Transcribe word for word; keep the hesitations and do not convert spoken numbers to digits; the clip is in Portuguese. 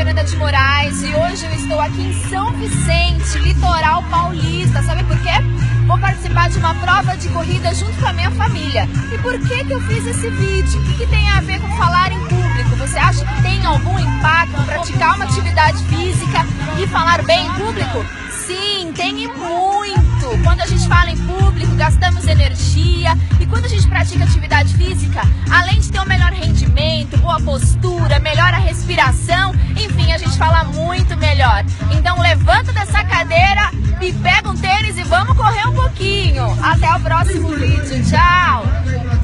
Fernanda de Moraes e hoje eu estou aqui em São Vicente, litoral paulista. Sabe por quê? Vou participar de uma prova de corrida junto com a minha família. E por que que eu fiz esse vídeo? O que, que tem a ver com falar em público? Você acha que tem algum impacto praticar uma atividade física e falar bem em público? Sim, tem e muito! Quando a gente fala em público, gastamos energia e quando a gente pratica atividade física, além de ter um melhor rendimento, boa postura, melhora a respiração, enfim, a gente fala muito melhor. Então levanta dessa cadeira e pega um tênis e vamos correr um pouquinho. Até o próximo vídeo. Tchau!